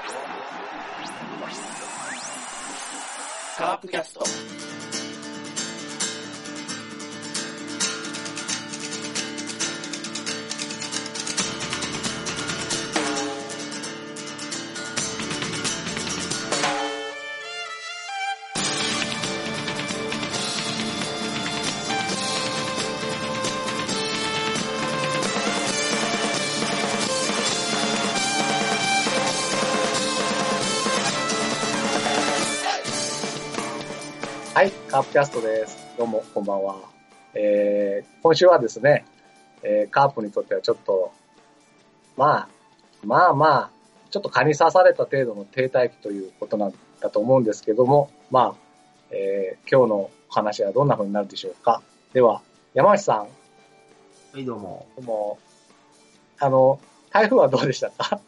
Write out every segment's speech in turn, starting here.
カープキャスト。 はい、カープキャストです。どうも、こんばんは。今週はですね、カープにとってはちょっと、まあ、ちょっと蚊に刺された程度の停滞期ということなんだと思うんですけども、今日の話はどんな風になるでしょうか。では、山内さん。 はい、どうも。 どうも。台風はどうでしたか？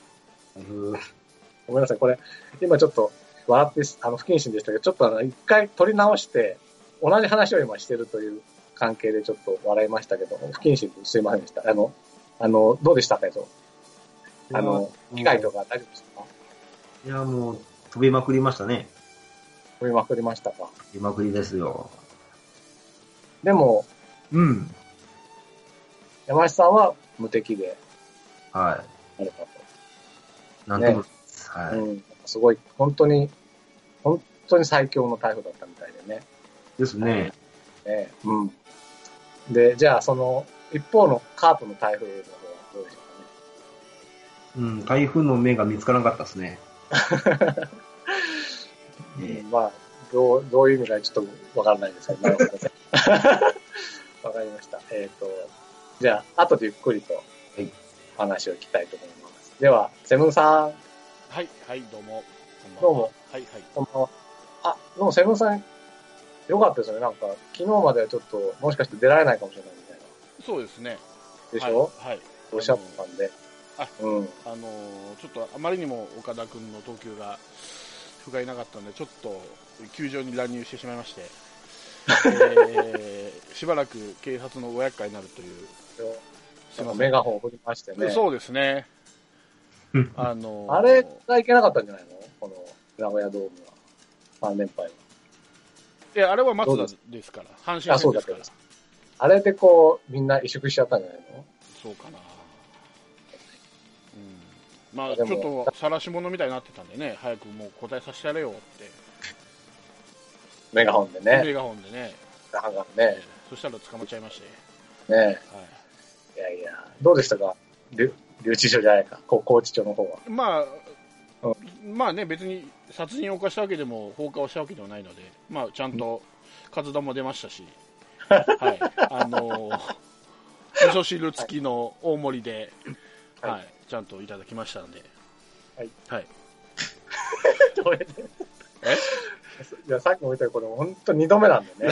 ごめんなさい、これ、今ちょっと、笑って、不謹慎でしたけど、ちょっと一回取り直して、同じ話を今してるという関係でちょっと笑いましたけど、不謹慎ですいませんでした。どうでしたか？機械とか大丈夫ですか？ いや、もう、飛びまくりましたね。 飛びまくりましたか？ 飛びまくりですよ。 でも、山下さんは無敵で、 はい。 あれかと。 なんとも、ね、はい、 すごい、本当に最強の台風だったみたいでね。 ですね。 で、じゃあ、その、一方のカープの台風の方はどうでしょうかね。台風の目が見つからなかったですね。 まあ、どういう意味かちょっとわからないですけど、なるほど。わかりました。じゃあ、後でゆっくりと話を聞きたいと思います。では、セブンさん。 はい、どうも。 どうも。 はい。 こんばんは。でもセブンさん、よかったですね。なんか、昨日まではちょっと、もしかして出られないかもしれないみたいな。 そうですね。 でしょ？ はい。 おっしゃってたんで。 ちょっとあまりにも岡田君の投球が不甲斐なかったんで、ちょっと球場に乱入してしまいまして、しばらく警察のご厄介になるという。 メガホンを振りましてね。 そうですね。 あれがいけなかったんじゃないの？この名古屋ドームは。3連敗は。 いや、あれは松田ですから。阪神戦ですから。 あれでこう、みんな萎縮しちゃったんじゃないの？ そうかな。まあ、ちょっと、晒し者みたいになってたんでね、早くもう答えさせてやれよって。 メガホンでね。 そしたら捕まっちゃいまして。 ねえ。はい。いや、どうでしたか？留置所じゃないか。拘置所の方は。 まあね、別に殺人を犯したわけでも、放火をしたわけでもないので、まあ、ちゃんと、カツ丼も出ましたし、はい。味噌汁付きの大盛りで、はい。ちゃんといただきましたので。 はい。 はい。 どれで？いや、さっきも言ったように、これ本当2度目なんだよね。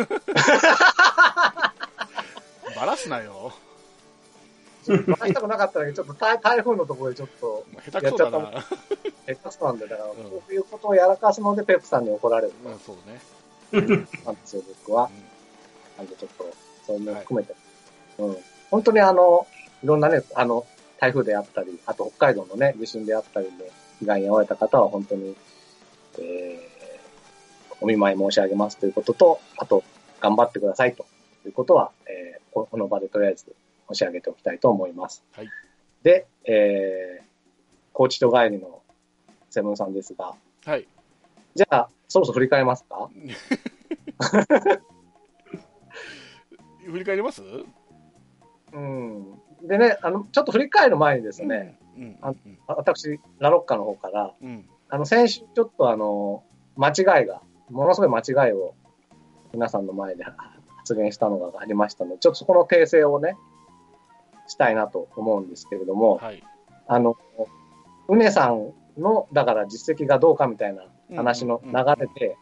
バラすなよ。 バラしたくなかったんだけど、ちょっと台風のところでちょっとやっちゃった。下手くそなんだよ。だから、こういうことをやらかすので、ペップさんに怒られる。 そうね。 なんですよ、僕は。なんでちょっと、そういうのを含めて。本当にいろんなね、台風であったり、あと北海道のね、地震であったりで、被害に遭われた方は本当に、お見舞い申し上げますということと、あと、頑張ってくださいということは、この場でとりあえず申し上げておきたいと思います。 はい。 で、コーチと帰りのセブンさんですが、 はい。 じゃあ、そろそろ振り返りますか？ 振り返ります？ でね、ちょっと振り返る前にですね、私、ラロッカの方から、先週ちょっと間違いが、ものすごい間違いを皆さんの前で発言したのがありましたので、ちょっとそこの訂正をね、したいなと思うんですけれども、 はい。 うねさんの、だから実績がどうかみたいな話の流れで、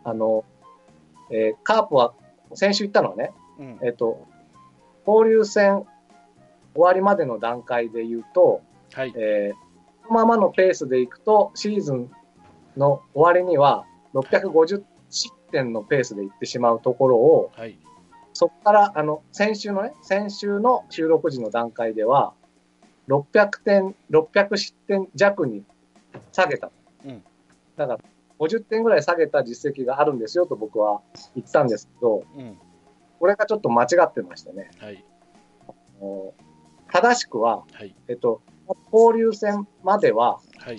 カープは、先週言ったのはね、交流戦終わりまでの段階で言うと、 はい。 このままのペースでいくと、シーズンの終わりには、650失点のペースでいってしまうところを、 はい。 そこから、先週の収録時の段階では、600失点弱に下げた。 うん。 だから、50点ぐらい下げた実績があるんですよと僕は言ったんですけど、 うん。 これがちょっと間違ってましてね。 はい。 正しくは、 はい。 交流戦までは、 はい。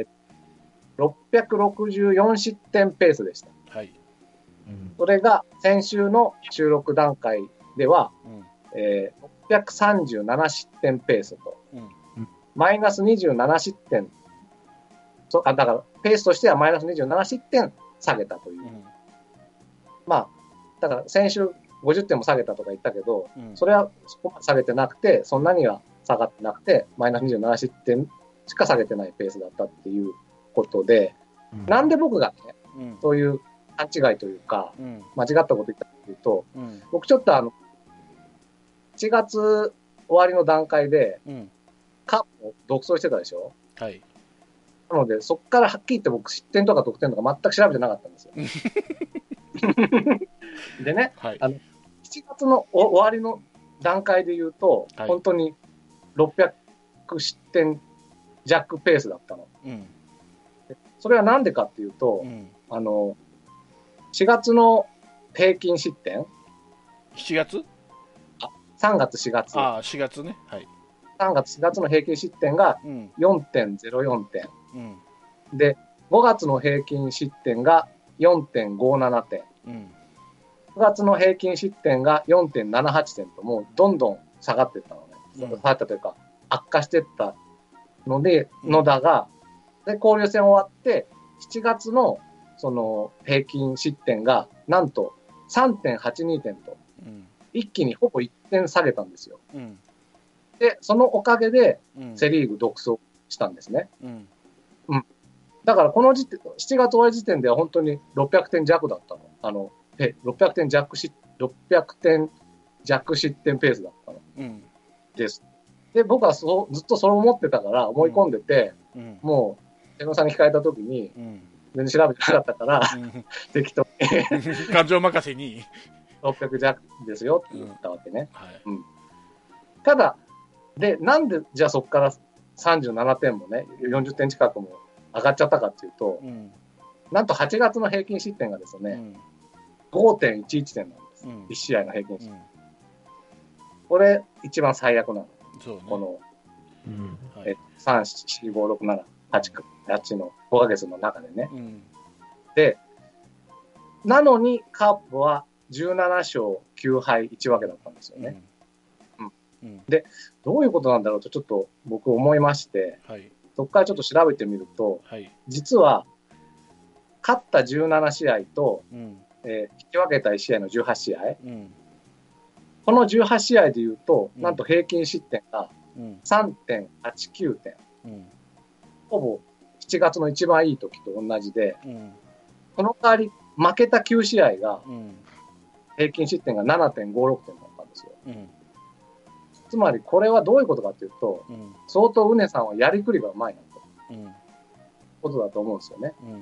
664失点ペースでした。 はい。 それが先週の収録段階では、 うん。 637失点ペースと、 うん。 マイナス27失点。だから、ペースとしてはマイナス27失点下げたという。 うん。 まあ、だから先週50点も下げたとか言ったけど、 うん。 それはそこまで下げてなくて、そんなには下がってなくて、マイナス27失点しか下げてないペースだったっていうことで、なんで僕がね、 うん。 そういう勘違いというか、 うん。 間違ったこと言ったかというと、 うん。 僕ちょっと1月終わりの段階で、 うん。 カープを独走してたでしょ。 はい。 なので、そこからはっきり言って僕失点とか得点とか全く調べてなかったんですよ。でね、 はい。 7月の終わりの段階で言うと、 はい本当に600失点弱ペースだったの。 うん。 それはなんでかっていうと、 うん。 4月の平均失点、 7月 3月4月、 ああ、4月ね。はい。 3月4月の平均失点がうん。 4.04点。 うん。 で、5月の平均失点が 4.57 点。 うん。 9月の平均失点が 4.78 点と、もうどんどん下がっていったのね。 うん下がったというか、悪化していったのだが、で、交流戦終わって、7月のその平均失点が、なんと 3.82 点と、 うん。 一気にほぼ1点下げたんですよ。 うん。 で、そのおかげで、 うん。 セリーグ独走したんですね。 うん。 だからこの時点、7月終わり時点では本当に600点弱だったの。600点弱失点ペースだったのうん。 です。で、僕はずっとそれを思ってたから思い込んでて、 うん。 もう、手野さんに聞かれた時に、 うん。 全然調べてなかったから、適当に感情任せに。 600弱ですよって言ったわけね。 はい。 ただ、で、なんでじゃあそこから37点もね、40点近くも上がっちゃったかっていうと、 うん。 なんと8月の平均失点がですね、 うん。 5.11 点なんです。 うん 1試合の平均失点。 うん。 これ、一番最悪なの。 そうね。 この、 はい。 3、4、5、6、7、8の5ヶ月の中でね。 うん。 で、なのにカープは17勝9敗1分けだったんですよね。 うん。 どういうことなんだろうとちょっと僕思いまして、 はい。 そこからちょっと調べてみると、 はい。 実は、勝った17試合と、 うん。 引き分けた1試合の18試合、 うん。 この18試合で言うと、 うんなんと平均失点がうん。 3.89 点。 うん。 ほぼ7月の一番いい時と同じで、 うん。 この代わり負けた9試合がうん。 平均失点が 7.56 点だったんですよ。 うん。 つまりこれはどういうことかというと、 うん。 相当宗さんはやりくりがうまいなといううん。 ことだと思うんですよね。 うん。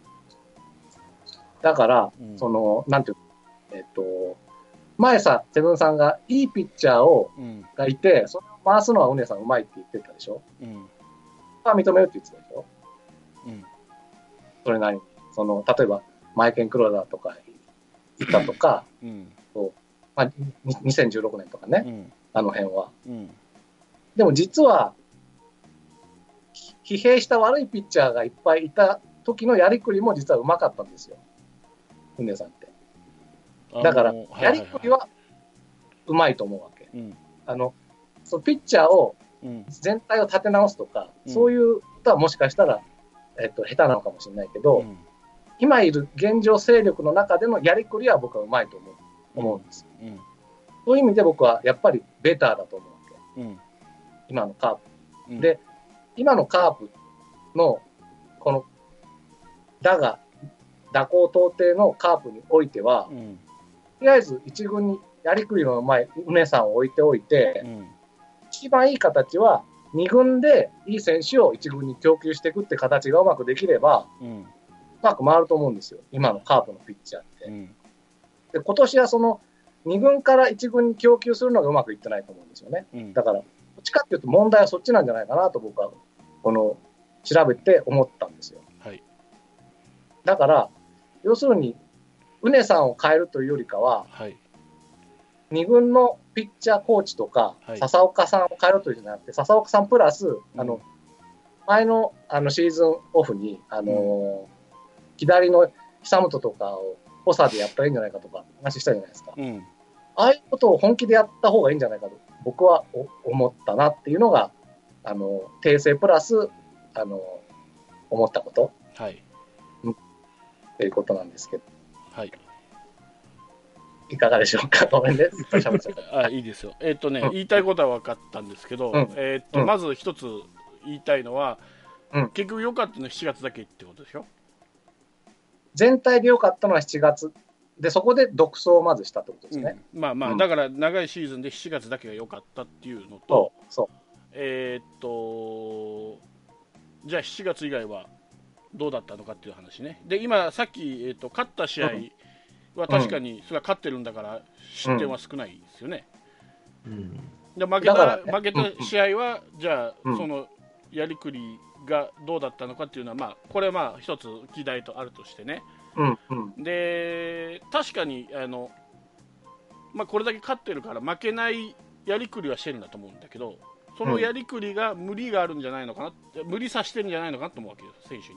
だから、 うんその、なんていう前さ、セブンさんがいいピッチャーうん。 がいて、それを回すのは宗さんうまいって言ってたでしょ。 うん。 それは認めるって言ってたでしょ。 うん。 それなりに。その、例えば、マイケン・クローダーとかいたとか、 うん。 まあ、2016年とかね、 うん。 あの辺は。 うん。 でも実は、疲弊した悪いピッチャーがいっぱいいた時のやりくりも実はうまかったんですよ。宗さんって。だから、やりくりはうまいと思うわけ。 うん。 そのピッチャーをうん。 全体を立て直すとか、 うんそういうことはもしかしたら、下手なのかもしれないけど、 うん。 今いる現状勢力の中でのやりくりは僕はうまいと思うんです。 うん。 そういう意味で僕はやっぱりベターだと思うわけ。 うん。 今のカープ。 うん。 で、今のカープの、この、蛇行到底のカープにおいては、 うん。 とりあえず一軍にやりくりのうまい宗さんを置いておいて、 うん。 一番いい形は二軍でいい選手を一軍に供給していくって形がうまくできれば、 うん。 うまく回ると思うんですよ。今のカープのピッチャーって。 うん。 で、今年はその二軍から一軍に供給するのがうまくいってないと思うんですよね。 うん。 だから、どっちかっていうと問題はそっちなんじゃないかなと僕は、この調べて思ったんですよ。 はい。 だから、要するに、宗さんを変えるというよりかは、 はい。 2軍のピッチャーコーチとか、 はい笹岡さんを変えるというんじゃなくて、笹岡さんプラス、前のシーズンオフに、左の久本とかを補佐でやったらいいんじゃないかとか話したじゃないですか。 うん。 ああいうことを本気でやった方がいいんじゃないかと、僕は思ったなっていうのが、訂正プラス、思ったこと。 はい。 っていうことなんですけど。 はい。 いかがでしょうか。ごめんね。 いいですよ。言いたいことは分かったんですけど、まず一つ言いたいのは、結局良かったのは7月だけってことでしょ。 全体で良かったのは7月。で、そこで独走をまずしたってことですね。 だから長いシーズンで7月だけが良かったっていうのと、じゃあ7月以外はどうだったのかっていう話ね。で、今さっき、勝った試合は確かにそれは勝ってるんだから失点は少ないですよね。で負けた試合はじゃあそのやりくりがどうだったのかっていうのは、これは一つ議題とあるとしてね。で確かにこれだけ勝ってるから負けないやりくりはしてるんだと思うんだけど、そのやりくりが無理があるんじゃないのかな、無理させてるんじゃないのかなと思うわけです選手に。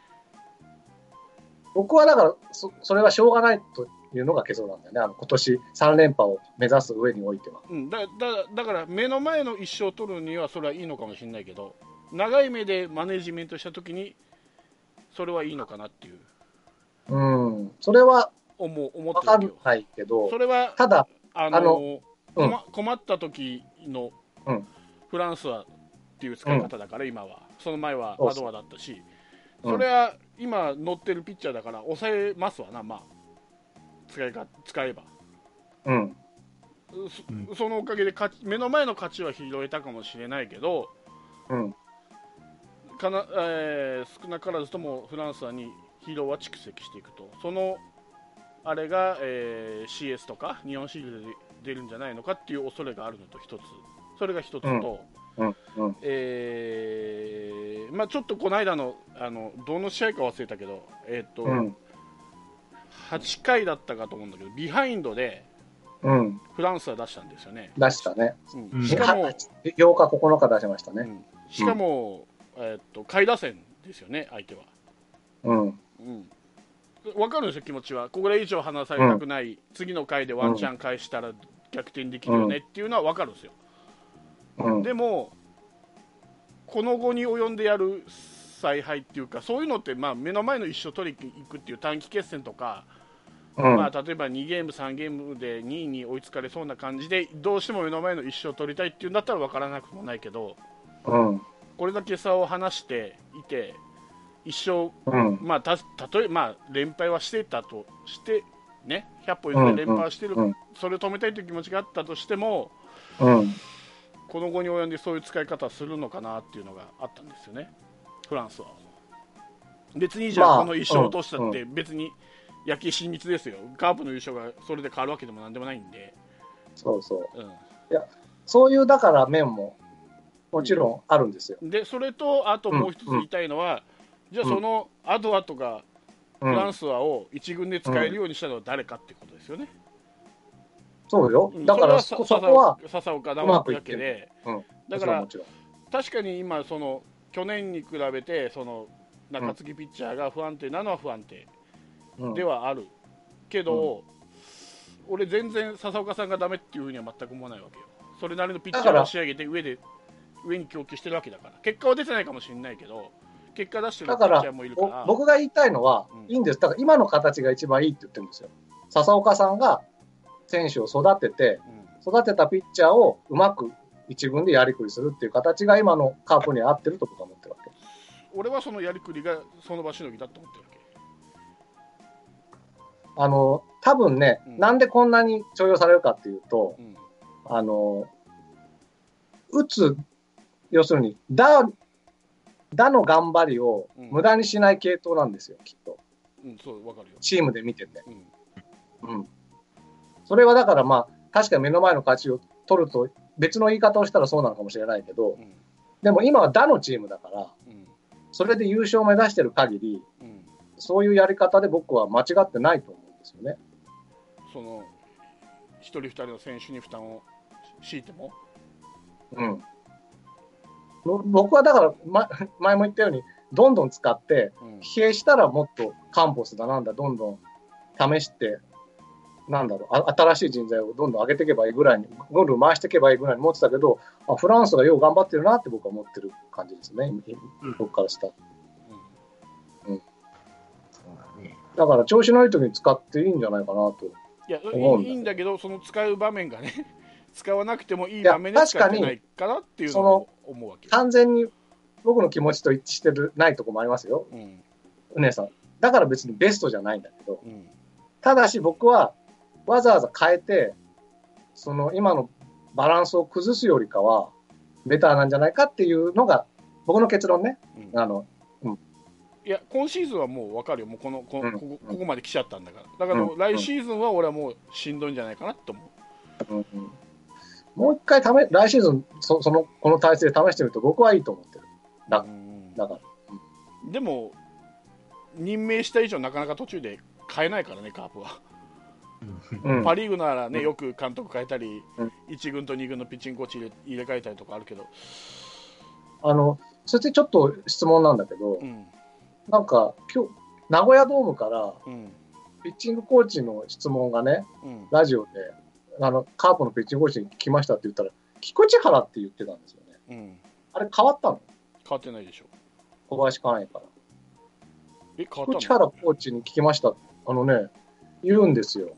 僕はだからそれはしょうがないというのが結論なんだよね。今年3連覇を目指す上においては。 だから目の前の1勝を取るにはそれはいいのかもしれないけど、長い目でマネジメントしたときにそれはいいのかなっていう。 それは思ってるわかんないけど、 それはただ困った時のフランスはっていう使い方だから、今はその前はアドワだったし、それは今乗ってるピッチャーだから抑えますわな、使えば、そのおかげで目の前の勝ちは拾えたかもしれないけど、少なからずともフランスはに疲労は蓄積していくと、そのあれが、CS とか日本シリーズで出るんじゃないのかっていう恐れがあるのと一つ、それが一つと、ちょっとこの間のどの試合か忘れたけど、8回だったかと思うんだけどビハインドでフランスは出したんですよね。 出したね。 しかも 8日9日出しましたね。 しかも、下位打線ですよね、相手は。分かるんですよ、気持ちは。これ以上離されたくない、次の回でワンチャン返したら逆転できるよねっていうのは分かるんですよ。でもこの後に及んでやる采配っていうか、そういうのって目の前の一勝取りに行くっていう短期決戦とか、例えば2ゲーム3ゲームで2位に追いつかれそうな感じでどうしても目の前の一勝取りたいっていうんだったら分からなくもないけど、これだけ差を離していて一勝、たとえ連敗はしてたとしてね、100歩譲って連敗はしてる、それを止めたいという気持ちがあったとしても、この後に及んでそういう使い方をするのかなっていうのがあったんですよね、フランスは。別にじゃあこの1勝を落としたって別に焼き親密ですよ。カープの優勝がそれで変わるわけでもなんでもないんで。 いや、そういうだから面ももちろんあるんですよ。 でそれとあともう一つ言いたいのは、じゃあそのアドアとかフランスワを一軍で使えるようにしたのは誰かっていうことですよね。 そうよ。だからそこは笹岡なわけで、だから確かに今その去年に比べてその中継ぎピッチャーが不安定なのは不安定ではあるけど、俺全然笹岡さんがダメっていうふうには全く思わないわけよ。それなりのピッチャーを仕上げて上に供給してるわけだから。結果は出てないかもしれないけど、結果出してるピッチャーもいるから。 だから僕が言いたいのは、いいんです。だから今の形が一番いいって言ってるんですよ。笹岡さんが選手を育てて、育てたピッチャーをうまく一軍でやりくりするっていう形が今のカープに合ってると僕は思ってるわけ。 俺はそのやりくりがその場しのぎだと思ってるわけ。 多分ね、なんでこんなに重用されるかっていうと、要するに打の頑張りを無駄にしない系統なんですよ、きっと。 そうわかるよ。 チームで見てて。それはだから確かに目の前の勝ちを取ると別の言い方をしたらそうなのかもしれないけど、でも今は打のチームだから、 それで優勝を目指してる限り、 うん、 そういうやり方で僕は間違ってないと思うんですよね。 その一人二人の選手に負担を強いても、 うん。僕はだから、前も言ったように、どんどん使って、疲弊したらもっとカンポスだなんだ、どんどん試して、なんだろう、新しい人材をどんどん上げていけばいいぐらいに、どんどん回していけばいいぐらいに思ってたけど、フランスがよう頑張ってるなって僕は思ってる感じですね、僕からしたら。うん。そうだね。だから調子のいい時に使っていいんじゃないかなと思うんだ。 いいんだけど、その使う場面がね、使わなくてもいい場面で使ってないかなっていうのを思うわけ。 完全に僕の気持ちと一致してないところもありますよ、うねさん。だから別にベストじゃないんだけど、ただし僕はわざわざ変えて、その今のバランスを崩すよりかは、ベターなんじゃないかっていうのが、僕の結論ね。 いや、今シーズンはもう分かるよ、もうここまで来ちゃったんだから。だから来シーズンは俺はもうしんどいんじゃないかなと思う。 もう一回来シーズンこの体制で試してみると僕はいいと思ってる。だから。 でも、任命した以上なかなか途中で変えないからね、カープは。パ・リーグならね、よく監督変えたり、1軍と2軍のピッチングコーチ入れ替えたりとかあるけど。 そしてちょっと質問なんだけど、なんか今日、名古屋ドームから、ピッチングコーチの質問がね、ラジオで、カープのピッチングコーチに聞きましたって言ったら、菊池原って言ってたんですよね。あれ変わったの？ 変わってないでしょ。 小林寛永から。 変わったの？ 菊池原コーチに聞きました。言うんですよ。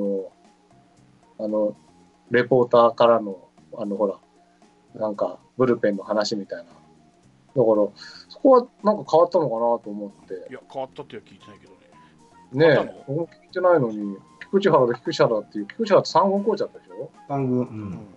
レポーターからの、ほら、なんか、ブルペンの話みたいな。だから、そこはなんか変わったのかなと思って。 いや、変わったっては聞いてないけどね。 ねえ、僕も聞いてないのに、菊池原っていう、菊池原って3軍コーチだったでしょ？ 3軍。 だから、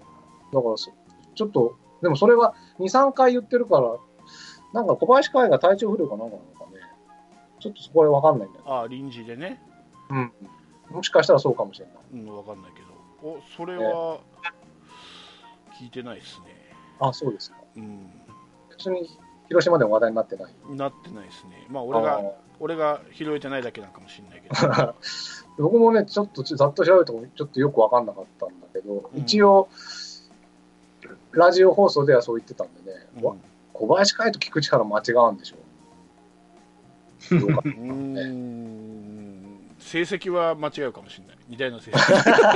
ちょっと、でもそれは2、3回言ってるから、なんか小林海が体調不良かなんかなのかね。ちょっとそこはわかんないんだけど。 臨時でね。 もしかしたらそうかもしれない。 わかんないけど。それは、聞いてないですね。 そうですか。別に広島でも話題になってない。 なってないですね。まあ俺が拾えてないだけなんかもしれないけど。 僕もね、ちょっとざっと調べてもちょっとよくわかんなかったんだけど、一応、ラジオ放送ではそう言ってたんでね、小林海と菊池原間違うんでしょう。 成績は間違うかもしれない。似たような成績。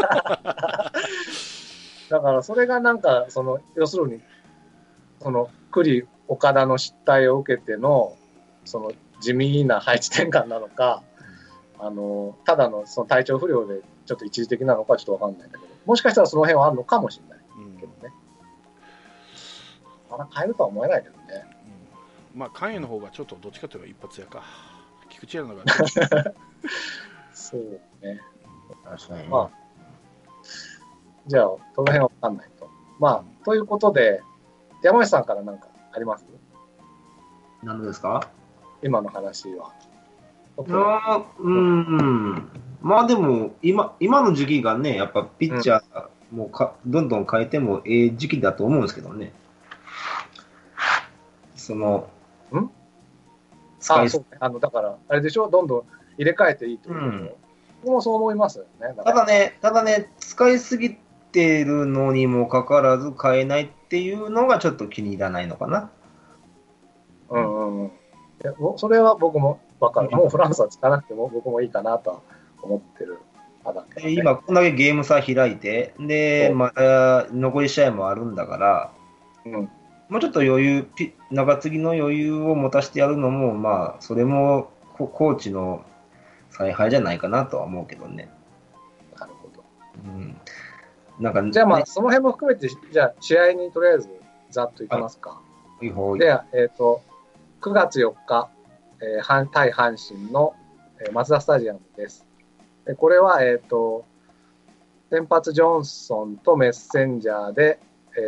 だからそれがなんか、要するに、栗岡田の失態を受けての、地味な配置転換なのか、ただのその体調不良でちょっと一時的なのかちょっとわかんないんだけど、もしかしたらその辺はあるのかもしれないけどね。まだ変えるとは思えないけどね。 まあ、関羽の方がちょっとどっちかというと一発屋か。菊池屋の方がそうね。 確かに。 まあ、じゃあ、その辺はわかんないと。まあ、ということで、山内さんから何かあります？ 何ですか？ 今の話は。 まあでも、今の時期がね、やっぱピッチャーもどんどん変えてもええ時期だと思うんですけどね。 そうね。だから、あれでしょ、どんどん入れ替えていいってことでしょ。僕もそう思いますよね。 ただね、使いすぎてるのにもかかわらず変えないっていうのがちょっと気に入らないのかな。 それは僕も分かる。もうフランスは使わなくても僕もいいかなとは思ってる派だけど、ね。 今、こんだけゲーム差開いて、で、また残り試合もあるんだから、もうちょっと中継ぎの余裕を持たせてやるのも、まあ、それもコーチの采配じゃないかなとは思うけどね。 なるほど。 じゃあまあ、その辺も含めて、じゃあ試合にとりあえずざっといきますか。で、9月4日、対阪神の、マツダスタジアムです。でこれは、先発ジョンソンとメッセンジャーで、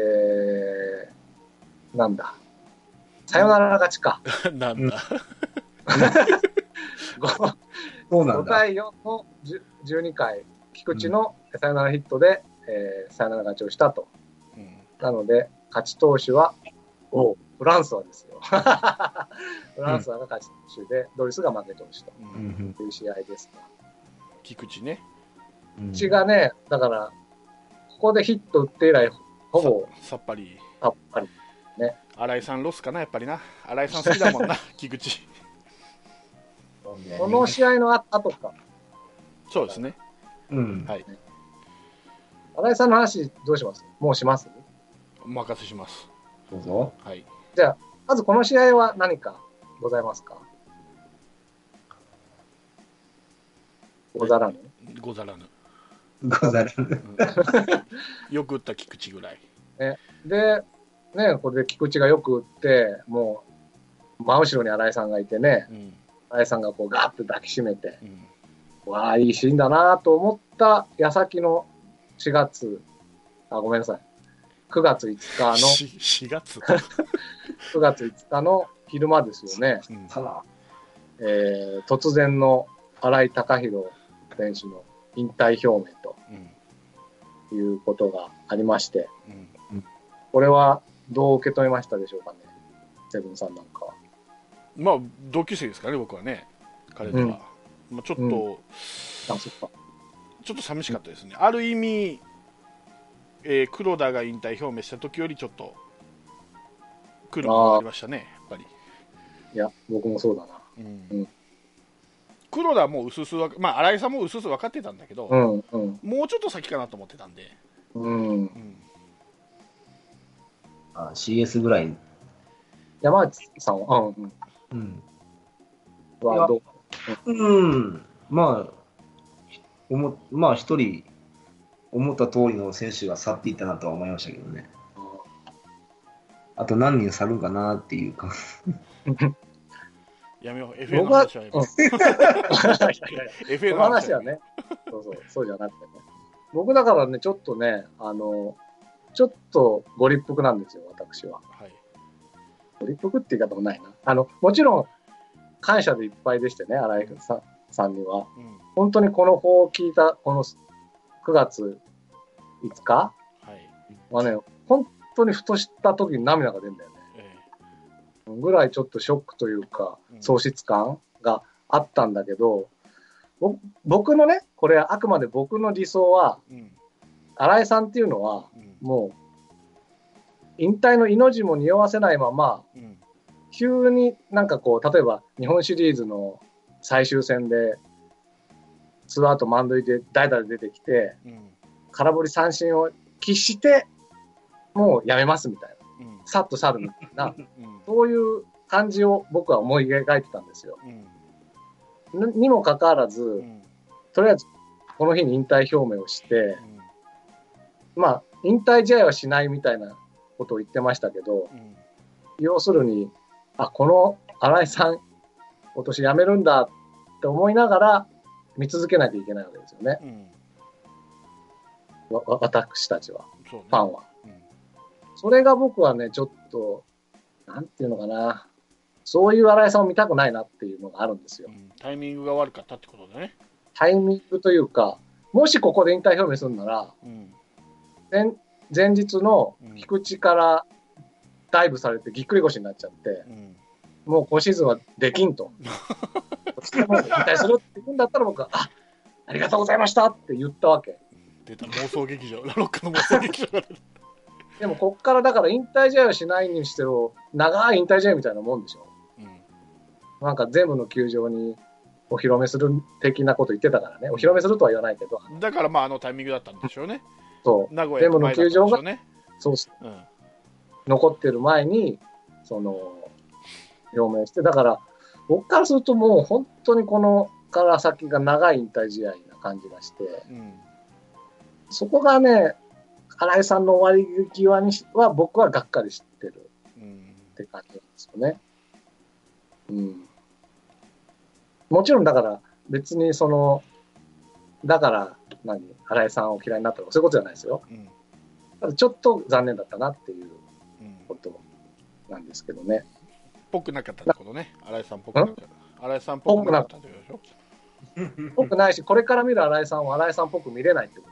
サヨナラ勝ちか。 なんだ。 5対4の12回、菊池のサヨナラヒットで、サヨナラ勝ちをしたと。なので、勝ち投手は、 フランスはですよ。フランスはが勝ち投手で、ドイツが負け投手という試合ですが。 菊池ね。 菊池がね、だから、ここでヒット打って以来、ほぼさっぱり。 ね。 新井さんロスかな、やっぱりな。新井さん好きだもんな、菊池。 この試合の後か。 そうですね。 はい。 新井さんの話、どうします？もうします？ お任せします。 どうぞ。 はい。 じゃあ、まずこの試合は何かございますか？ござらぬ。 ござらぬ。 よく打った菊池ぐらい。 で、ね、これで菊池がよく打って、もう、真後ろに新井さんがいてね、新井さんがこうガーッと抱きしめて、わあ、いいシーンだなと思った矢先の4月、ごめんなさい。9月5日の、 4月 9月5日の昼間ですよね。突然の新井貴弘選手の引退表明ということがありまして、これはどう受け止めましたでしょうかね、セブンさんなんかは。 まあ、同級生ですからね、僕はね、彼とは。まあ、ちょっと、ちょっと寂しかったですね。ある意味、黒田が引退表明した時よりちょっと来るものがありましたね、やっぱり。 いや、僕もそうだな。 黒田はもう薄々まあ、新井さんも薄々分かってたんだけど、もうちょっと先かなと思ってたんで。 CS ぐらい。 山内さんは、 まあ、一人、思った通りの選手が去っていったなとは思いましたけどね。あと何人去るんかなっていうか。 やめよう、FA の話はやめよう。 FA の話はね、そうじゃなくてね。僕だからね、ちょっとね、ちょっとご立腹なんですよ、私は。ご立腹って言い方もないな。もちろん、感謝でいっぱいでしてね、新井さんには。本当にこの報を聞いた、この9月5日はね、本当にふとした時に涙が出るんだよね。ぐらいちょっとショックというか、喪失感があったんだけど、僕のね、これあくまで僕の理想は、新井さんっていうのは、もう、引退の命も匂わせないまま、急になんかこう、例えば日本シリーズの最終戦で、ツーアウト満塁で代打で出てきて、空振り三振を喫して、もうやめますみたいな。さっと去るみたいな、そういう感じを僕は思い描いてたんですよ。にもかかわらず、とりあえずこの日に引退表明をして、まあ、引退試合はしないみたいなことを言ってましたけど、要するに、この新井さん、今年辞めるんだって思いながら見続けないといけないわけですよね。私たちは、ファンは。それが僕はね、ちょっと、なんていうのかな、そういう新井さんを見たくないなっていうのがあるんですよ。 タイミングが悪かったってことだね。 タイミングというか、もしここで引退表明するなら、前日の菊池からダイブされてぎっくり腰になっちゃって、もう今シーズンはできんと。そしてもう引退するって言うんだったら僕は、ありがとうございましたって言ったわけ。 出た妄想劇場、ラロッカの妄想劇場が出た。 でもこっからだから引退試合はしないにしても、長い引退試合みたいなもんでしょ。なんか全部の球場にお披露目する的なこと言ってたからね。お披露目するとは言わないけど。 だからまあタイミングだったんでしょうね。 そう。 名古屋の前だったんでしょうね。 そう、残ってる前に、表明して、だから、僕からするともう本当にこのから先が長い引退試合な感じがして、そこがね、新井さんの終わり際には僕はがっかりしてるって感じなんですよね。もちろんだから別にだから新井さんを嫌いになったとかそういうことじゃないですよ。ただちょっと残念だったなっていうことなんですけどね。 ぽくなかったってことね。新井さんぽくなかった。新井さんぽくなかったってことでしょ。 ぽくないし、これから見る新井さんは新井さんっぽく見れないってこと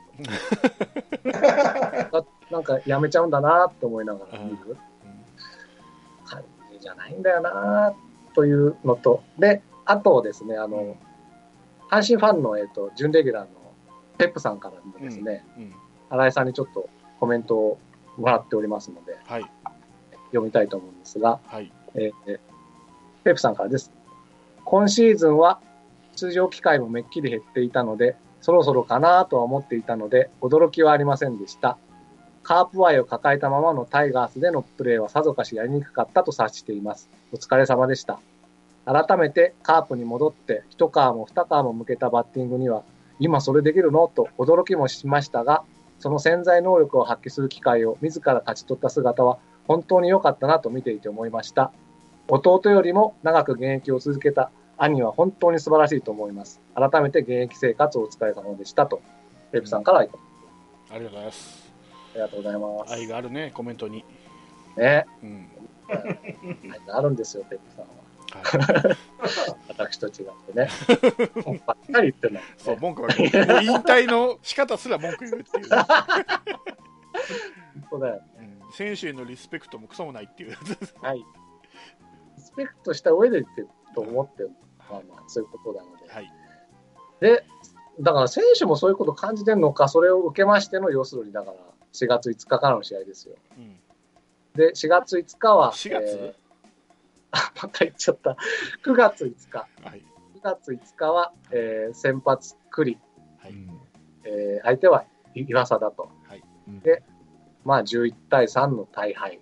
。なんかやめちゃうんだなって思いながら見る感じゃないんだよなというのと、で、あとですね、阪神ファンの、準レギュラーのペップさんからもですね、新井さんにちょっとコメントをもらっておりますので、 はい、 読みたいと思うんですが、 はい、 ペップさんからです。今シーズンは出場機会もめっきり減っていたので、そろそろかなとは思っていたので、驚きはありませんでした。カープ愛を抱えたままのタイガースでのプレーはさぞかしやりにくかったと察しています。お疲れ様でした。改めてカープに戻って一皮も二皮も向けたバッティングには、今それできるのと驚きもしましたが、その潜在能力を発揮する機会を自ら勝ち取った姿は本当に良かったなと見ていて思いました。弟よりも長く現役を続けた兄は本当に素晴らしいと思います。改めて現役生活お疲れ様でしたと、ペップさんからありがとうございます。 ありがとうございます。 愛があるね、コメントに。 ね。愛があるんですよ、ペップさんは。はい、私と違ってね。ばっかり言ってない、ね。 そう、文句は言う。引退の仕方すら文句言うっていう。本当だよ、ね。 選手へのリスペクトもクソもないっていう。 はい。リスペクトした上で言ってると思ってる。まあまあ、そういうことなので。はい。で、だから選手もそういうこと感じてるのか、それを受けましての、要するにだから4月5日からの試合ですよ。で、4月5日は、 4月、 また言っちゃった。9月5日。 はい、 9月5日は、先発栗。 はい、 相手は岩佐だと。 はい、 で、まあ11対3の大敗。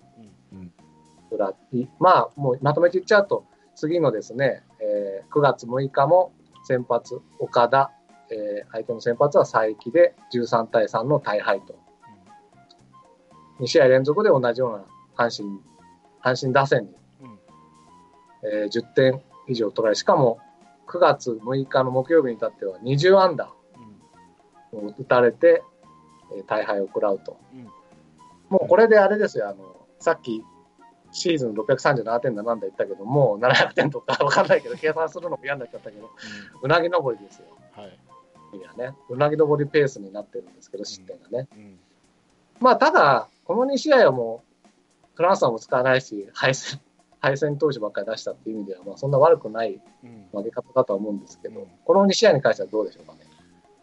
まあ、もうまとめて言っちゃうと、次のですね、9月6日も先発岡田、相手の先発は佐伯で13対3の大敗と。2試合連続で同じような阪神打線に、10点以上取られ、しかも9月6日の木曜日に至っては20安打を打たれて、大敗を食らうと。もうこれであれですよ、さっきシーズン637点だなんだ言ったけど、もう700点とかわかんないけど、計算するのも嫌になっちゃったけど、うなぎ登りですよ。 はい。 いやね、うなぎ登りペースになってるんですけど、失点がね。まあ、ただ、この2試合はもう、フランスはも使わないし、敗戦投手ばっかり出したっていう意味では、まあ、そんな悪くない負け方だとは思うんですけど、この2試合に関してはどうでしょうかね。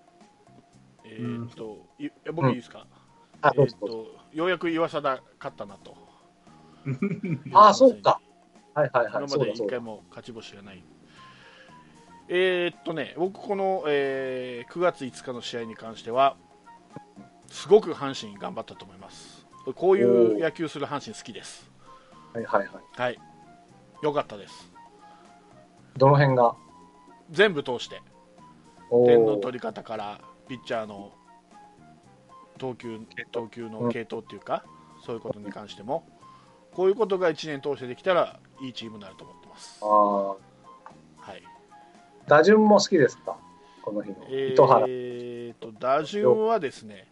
僕いいですか。ようやく岩佐だ勝ったなと。 ああ、そうか。はいはいはい。 今まで一回も勝ち星がない。僕この、9月5日の試合に関しては、すごく阪神頑張ったと思います。こういう野球する阪神好きです。 はいはいはい。 はい。よかったです。 どの辺が？ 全部通して。点の取り方から、ピッチャーの投球の系統っていうか、そういうことに関しても、こういうことが1年通してできたらいいチームになると思ってます。はい。 打順も好きですか、この日の糸原。 打順はですね、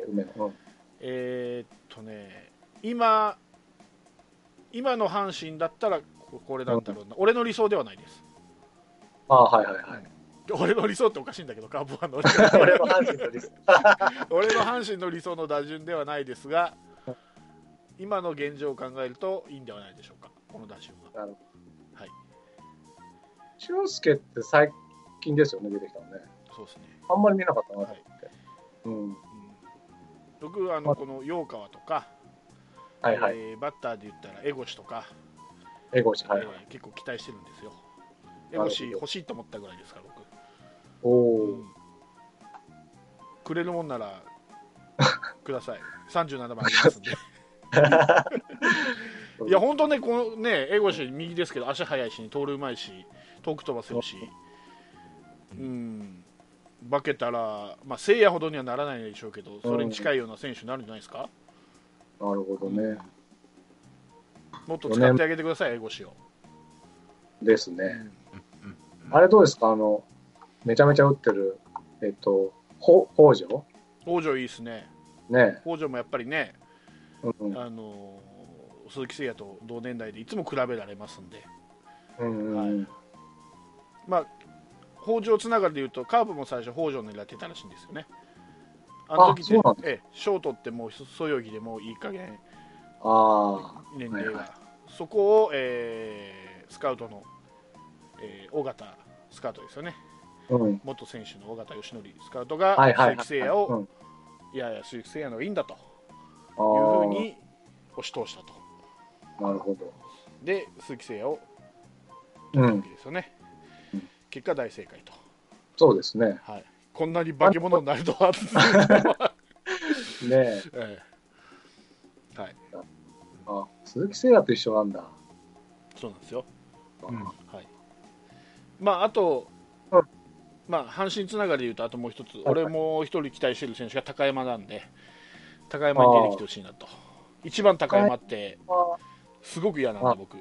今の阪神だったらこれなんだろうな、俺の理想ではないです。 はいはいはい。 俺の理想っておかしいんだけど、カープファンの俺の阪神の理想俺の阪神の理想の打順ではないですが、今の現状を考えるといいんではないでしょうか、この打順は。 なるほど。はい。 俊介って最近ですよね、出てきたのね。 そうですね。 あんまり見なかったなと思って。 僕この陽川とか、バッターで言ったら江越とか、 結構期待してるんですよ。江越欲しいと思ったぐらいですから、僕。くれるもんならください。37番ありますんで。いや本当ね、このね、江越右ですけど足速いし、盗塁うまいし、遠く飛ばせるし、化けたら、まあ聖夜ほどにはならないでしょうけど、それに近いような選手になるんじゃないですか。 なるほどね。 もっと使ってあげてください、江越を。 ですね。あれどうですか、めちゃめちゃ打ってる北条。 北条いいですね。北条もやっぱりね、鈴木誠也と同年代でいつも比べられますんで、まあ北条つながりでいうとカープも最初北条狙ってたらしいんですよね。あの時ってショートってもうそよぎでもういい加減年齢がそこを、スカウトの、尾形スカウトですよね、元選手の尾形義則スカウトが鈴木誠也を、いやいや鈴木誠也の方がいいんだというふうに押し通したと。 なるほど。 で鈴木誠也を取ったわけですよね、結果大正解と。 そうですね、 はい、こんなに化け物になるとはねえ。はい、 あ、鈴木誠也と一緒なんだ。 そうなんですよ、はい。まああと、まあ、阪神つながりでいうとあともう一つ、俺も一人期待している選手が高山なんで、高山に出てきてほしいなと。1番高山ってすごく嫌なんで僕。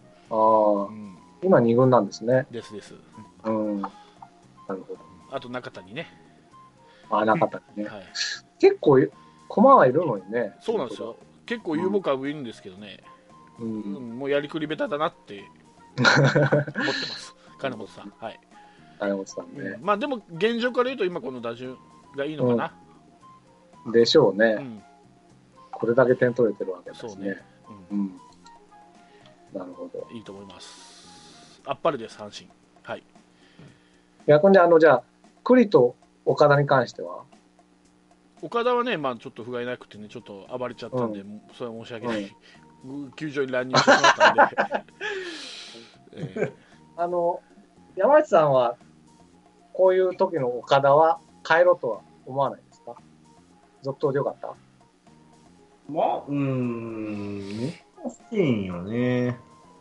今2軍なんですね。 ですです。 なるほど。 あと中谷ね。 中谷ね。はい、結構駒はいるのにね。 そうなんですよ。結構有望株いるんですけどね。もうやりくりベタだなって思ってます。金本さん。はい。 金本さんね。 まあでも現状から言うと今この打順がいいのかな。 でしょうね。これだけ点取れてるわけですね。そうね。なるほど。 いいと思います。あっぱれです阪神。はい。 逆にじゃあ栗と岡田に関しては。 岡田はね、まあちょっと不甲斐なくてね、ちょっと暴れちゃったんで、それは申し訳ない。球場に乱入してしまったんで。 山内さんはこういう時の岡田は帰ろうとは思わないですか？続投でよかった？ 難しいんよね。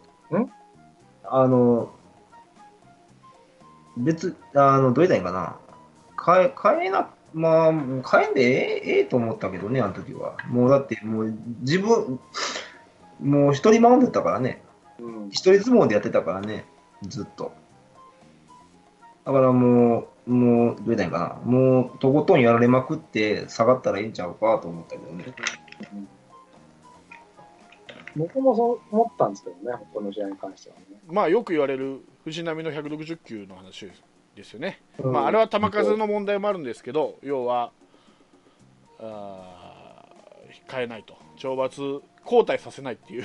どう言ったらいいかな。変えんでええと思ったけどね、あの時は。もうだって、もう自分、もう一人守ってたからね。一人相撲でやってたからね、ずっと。だからもう、どう言ったらいいかな。もう、とことんやられまくって下がったらいいんちゃうかと思ったけどね。 僕もそう思ったんですけどね、この試合に関してはね。 まあよく言われる藤浪の160球の話ですよね。まああれは球数の問題もあるんですけど、要は変えないと、懲罰交代させないっていう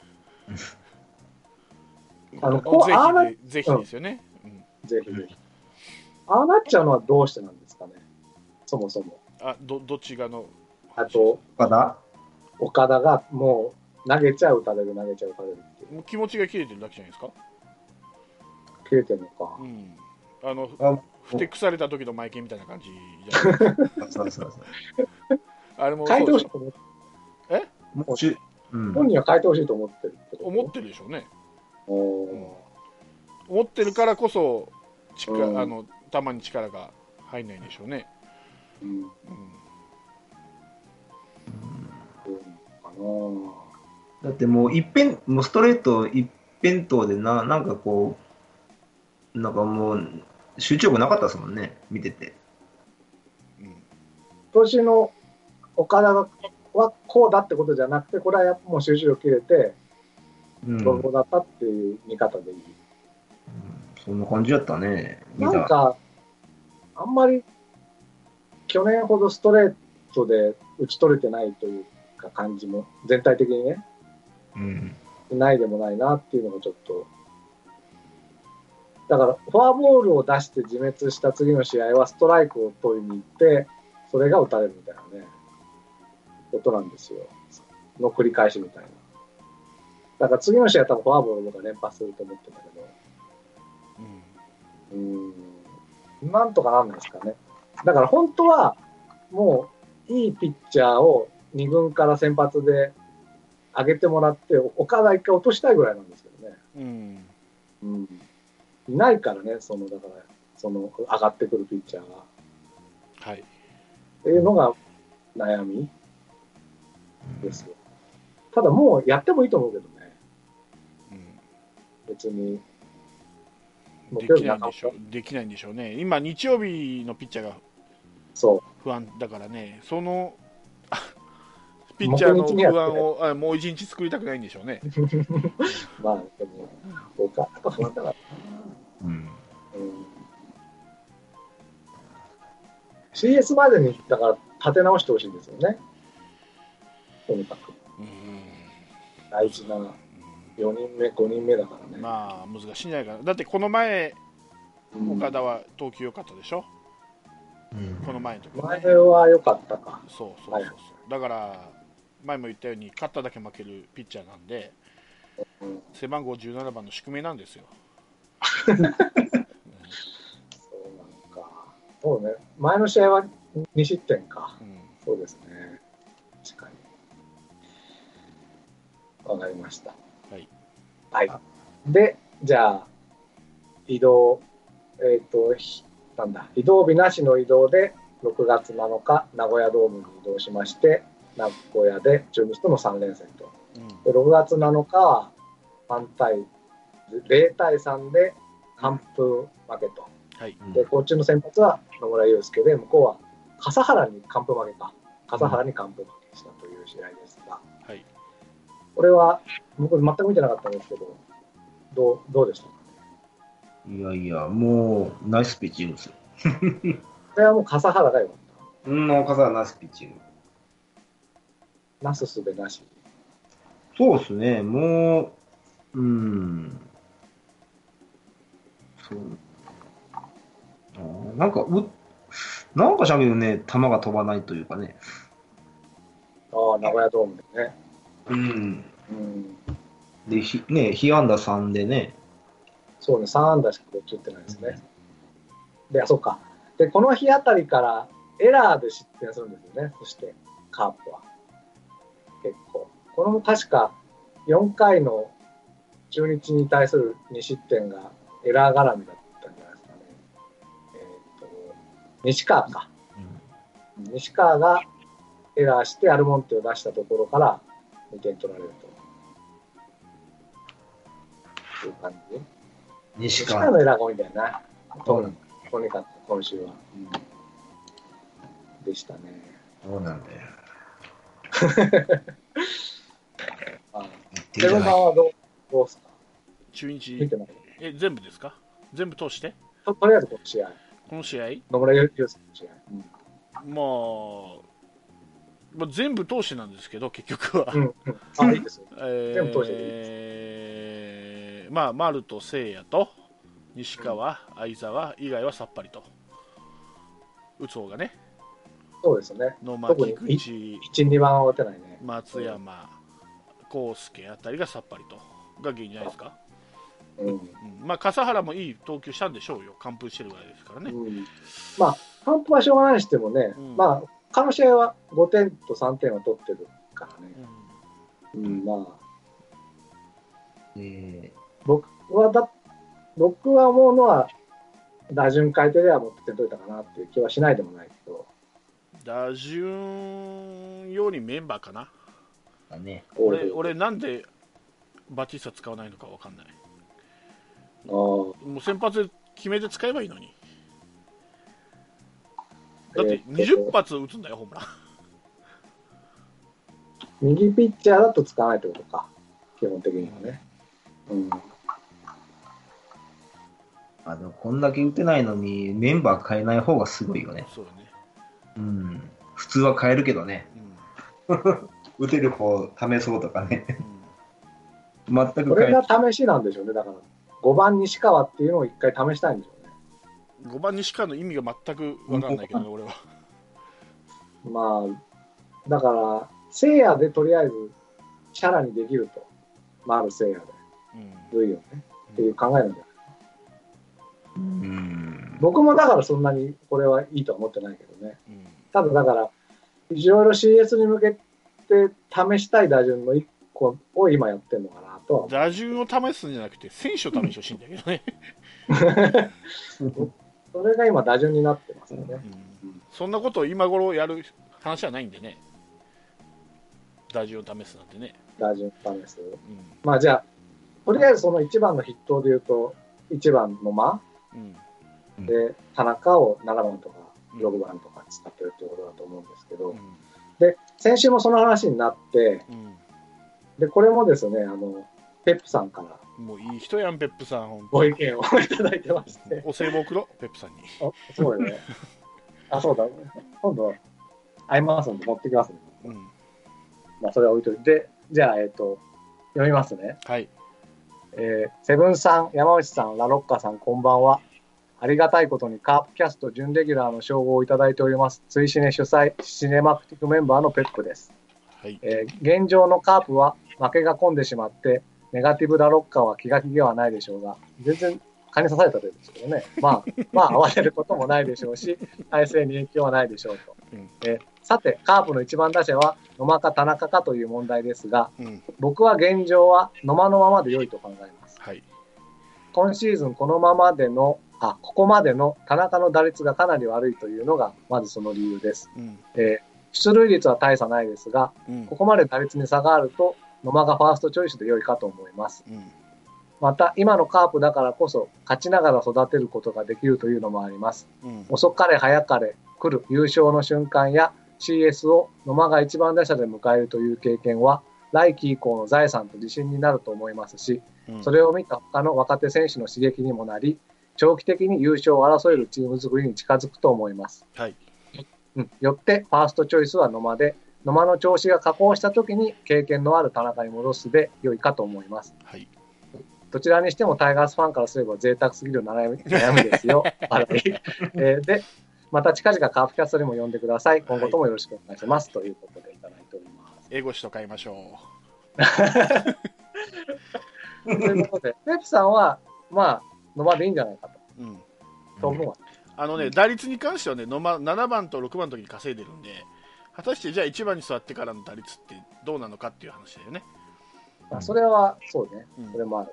ぜひですよね。 ぜひぜひ。ああなっちゃうのはどうしてなんですかね、そもそも。 どっちがの。 あと岡田がもう投げちゃ打たれる投げちゃ打たれるっていう。 もう気持ちが切れてるだけじゃないですか。 切れてるのか。 ふてくされた時のマイケンみたいな感じじゃないですか。あれも変えてほしいと思って。本人は変えてほしいと思ってるってこと。 思ってるでしょうね。思ってるからこそ球に力が入んないんでしょうね。 だってもうストレート一辺倒でなんかこうなんかもう集中力なかったですもんね、見てて。 今年の岡田はこうだってことじゃなくて、これはもう集中力切れてどうだったっていう見方でいい。 そんな感じだったね。 なんかあんまり去年ほどストレートで打ち取れてないというか感じも全体的にね、ないでもないなっていうのがちょっと。だからフォアボールを出して自滅した次の試合はストライクを取りに行ってそれが打たれるみたいなねことなんですよの繰り返しみたいな。だから次の試合は多分フォアボールとか連発すると思ってたけど、なんとかなんないですかね。だから本当はもういいピッチャーを2軍から先発で上げてもらって岡田1回落としたいぐらいなんですけどね。いないからね、だから上がってくるピッチャーが。 はい。 っていうのが悩みですよ。ただもうやってもいいと思うけどね。別に。 できないんでしょうね。今日曜日のピッチャーが不安だからね、そのピッチャーの不安をもう一日作りたくないんでしょうね。 まあでも岡田不安だから。CS までにだから立て直してほしいんですよね。とにかく大事な 4人目、5人目だからね。 まあ難しいんじゃないかな。だってこの前、岡田は投球良かったでしょ、この前の時はね。前は良かったか。 そうそうそうそう、はい、だから前も言ったように勝っただけ負けるピッチャーなんで、背番号17番の宿命なんですよ。 そうなんか。そうね。前の試合は2失点か。そうですね。確かに。わかりました。 はい。 はい。で、じゃあ、移動、なんだ、移動日なしの移動で、6月7日、名古屋ドームに移動しまして、名古屋で中日との3連戦と。で6月7日は、0対3で完封負けと。はい、で、こっちの先発は野村祐介で、向こうは笠原に完封負けか。笠原に完封負けしたという試合ですが、はい、これは、僕全く見てなかったんですけど、どうでしたかね。いやいや、もう、ナイスピッチングですよ。 これはもう笠原がよかった。 笠原ナイスピッチング。 なすすべなし。 そうですね、もう、そう。なんかしゃべるね、球が飛ばないというかね。 ああ、名古屋ドームでね。 で、被安打3でね。 そうね、3安打しかどっち打ってないですね。で、そうか。で、この日あたりからエラーで失点するんですよね。そして、カープは。結構。これも確か4回の中日に対する2失点がエラー絡みだったんじゃないですかね。西川か。西川がエラーしてアルモンテを出したところから2点取られるという感じ。西川のエラーが多いんだよな。とにかく今週は、でしたね。 そうなんだよ。 セブンさんはどうですか？ 中日全部ですか？全部通して？ とりあえずこの試合野村祐介の試合、まあ全部通してなんですけど結局は、 いいですよ、全部通してでいいです。 まあ丸と聖也と西川、相澤以外はさっぱりと打つ方がね。 そうですね。 野間、菊池、 1、2番は打てないね。 松山、康介あたりがさっぱりとが原因じゃないですか。まあ笠原もいい投球したんでしょうよ。完封してるぐらいですからね。 まあ完封はしょうがないにしてもね、まあ他の試合は5点と3点は取ってるからね。まあ、僕は思うのは打順変えてではもっと点取れたかなっていう気はしないでもないけど。 打順よりメンバーかな。 ね、 俺なんでバティスタ使わないのか分かんない。もう先発決めて使えばいいのに。だって20発打つんだよ、ホームラン。 右ピッチャーだと使わないってことか、基本的にはね。 でもこんだけ打てないのにメンバー変えない方がすごいよね。 そうよね。 普通は変えるけどね。打てる方試そうとかね。全く変えこれが試しなんでしょうね。だから5番西川っていうのを一回試したいんでしょうね。 5番西川の意味が全く分かんないけどね、俺は。 まあだから聖夜でとりあえずチャラにできると、丸聖夜で、類をねっていう考えなんじゃない。僕もだからそんなにこれはいいとは思ってないけどね。ただだからいろいろ CS に向けて試したい打順の1個を今やってるのかなとは。 打順を試すんじゃなくて選手を試してほしいんだけどね。 それが今打順になってますよね。 そんなことを今頃やる話はないんでね。打順を試すなんてね。 打順を試す。まあじゃあとりあえずその1番の筆頭でいうと1番の間、で田中を7番とか6番とか使ってるってことだと思うんですけど、で先週もその話になって、でこれもですねペップさんからもういい人やんペップさんご意見をいただいてまして、 お歳暮送ろうペップさんに。 そうよね。そうだ、今度会いますんで持ってきますね。まあそれは置いといて、じゃあ読みますね。 はい。 セブンさん、山内さん、ラロッカさん、こんばんは。ありがたいことにカープキャスト準レギュラーの称号をいただいております。追シネ主催、シネマクティックメンバーのペップです。はい。現状のカープは負けが込んでしまって、ネガティブラロッカは気が気ではないでしょうが、全然蚊に刺されたというですけどね。まあ、慌てることもないでしょうし、体勢に影響はないでしょうと。さて、カープの一番打者は野間か田中かという問題ですが、僕は現状は野間のままで良いと考えます。はい。今シーズンここまでの田中の打率がかなり悪いというのが、まずその理由です。出塁率は大差ないですが、ここまで打率に差があると、野間がファーストチョイスで良いかと思います。また、今のカープだからこそ、勝ちながら育てることができるというのもあります。遅かれ早かれ来る優勝の瞬間や CS を野間が一番打者で迎えるという経験は、来季以降の財産と自信になると思いますし、それを見た他の若手選手の刺激にもなり、長期的に優勝を争えるチーム作りに近づくと思います。はい。よって、ファーストチョイスは野間で、野間の調子が下降した時に経験のある田中に戻すで良いかと思います。はい。どちらにしてもタイガースファンからすれば贅沢すぎる悩みですよ。で、また近々カープキャストにも呼んでください。今後ともよろしくお願いします。はい、ということでいただいております。 英語詞と変えましょう。ということで、ペプさんは、野間でいいんじゃないかと。と思うわ。 打率に関してはね、野間7番と6番の時に稼いでるんで、果たしてじゃあ1番に座ってからの打率ってどうなのかっていう話だよね。 それは、そうね。それもある。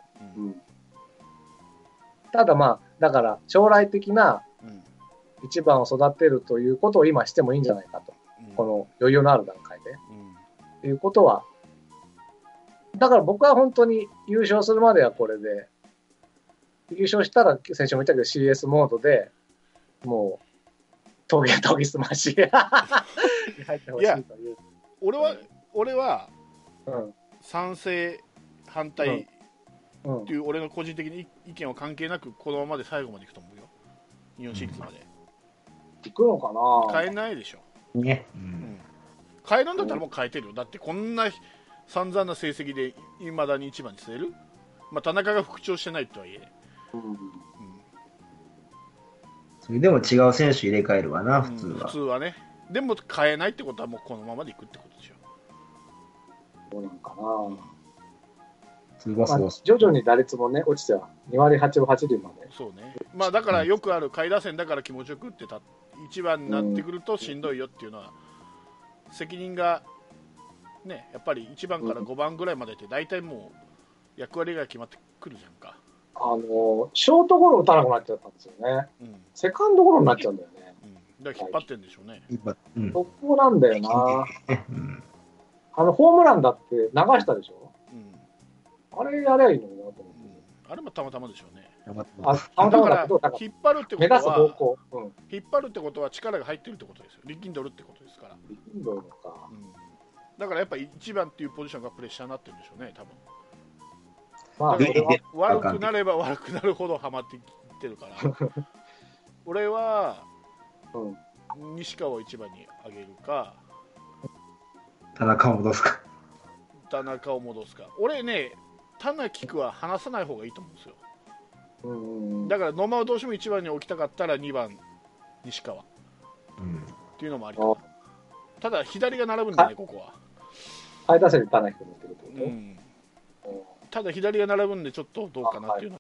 ただだから将来的な1番を育てるということを今してもいいんじゃないかと。この余裕のある段階で。っていうことは、だから僕は本当に優勝するまではこれで、優勝したら先週も言ったけど CS モードで、もう、研ぎ澄ましに入ってほしいという。 俺は、賛成、反対っていう俺の個人的に意見は関係なく、このままで最後までいくと思うよ。日本シリーズまで。 いくのかな？ 変えないでしょ。ね。変えるんだったらもう変えてるよ。だってこんな散々な成績でいまだに1番に据える？田中が復調してないとはいえ。 それでも違う選手入れ替えるわな、普通は。 普通はね。でも変えないってことはもうこのままでいくってことでしょ。 そうなんかな。徐々に打率もね、落ちては2割8分8厘まで。 そうね。だからよくある下位打線だから気持ちよくって1番になってくるとしんどいよっていうのは、責任がね、やっぱり1番から5番ぐらいまでって大体もう役割が決まってくるじゃんか。 ショートゴロ打たなくなっちゃったんですよね。セカンドゴロになっちゃうんだよね。 だから引っ張ってるんでしょうね。 そこなんだよな。ホームランだって流したでしょ。あれやりゃいいのになと思って。 あれもたまたまでしょうね。 たまたまだけど、 引っ張るってことは、目指す方向。引っ張るってことは力が入ってるってことですよ。力んどるってことですから。 力んどるのか。 だからやっぱり1番っていうポジションがプレッシャーになってるんでしょうね、多分。悪くなれば悪くなるほどハマっていってるから俺は、西川を1番に上げるか田中を戻すか俺ね、田中菊は離さない方がいいと思うんですよ。だから野間をどうしても1番に置きたかったら2番西川っていうのもありかな。ただ左が並ぶんだね、ここは。 下位打線に田中君持ってるってこと？ ただ左が並ぶんでちょっとどうかなっていうの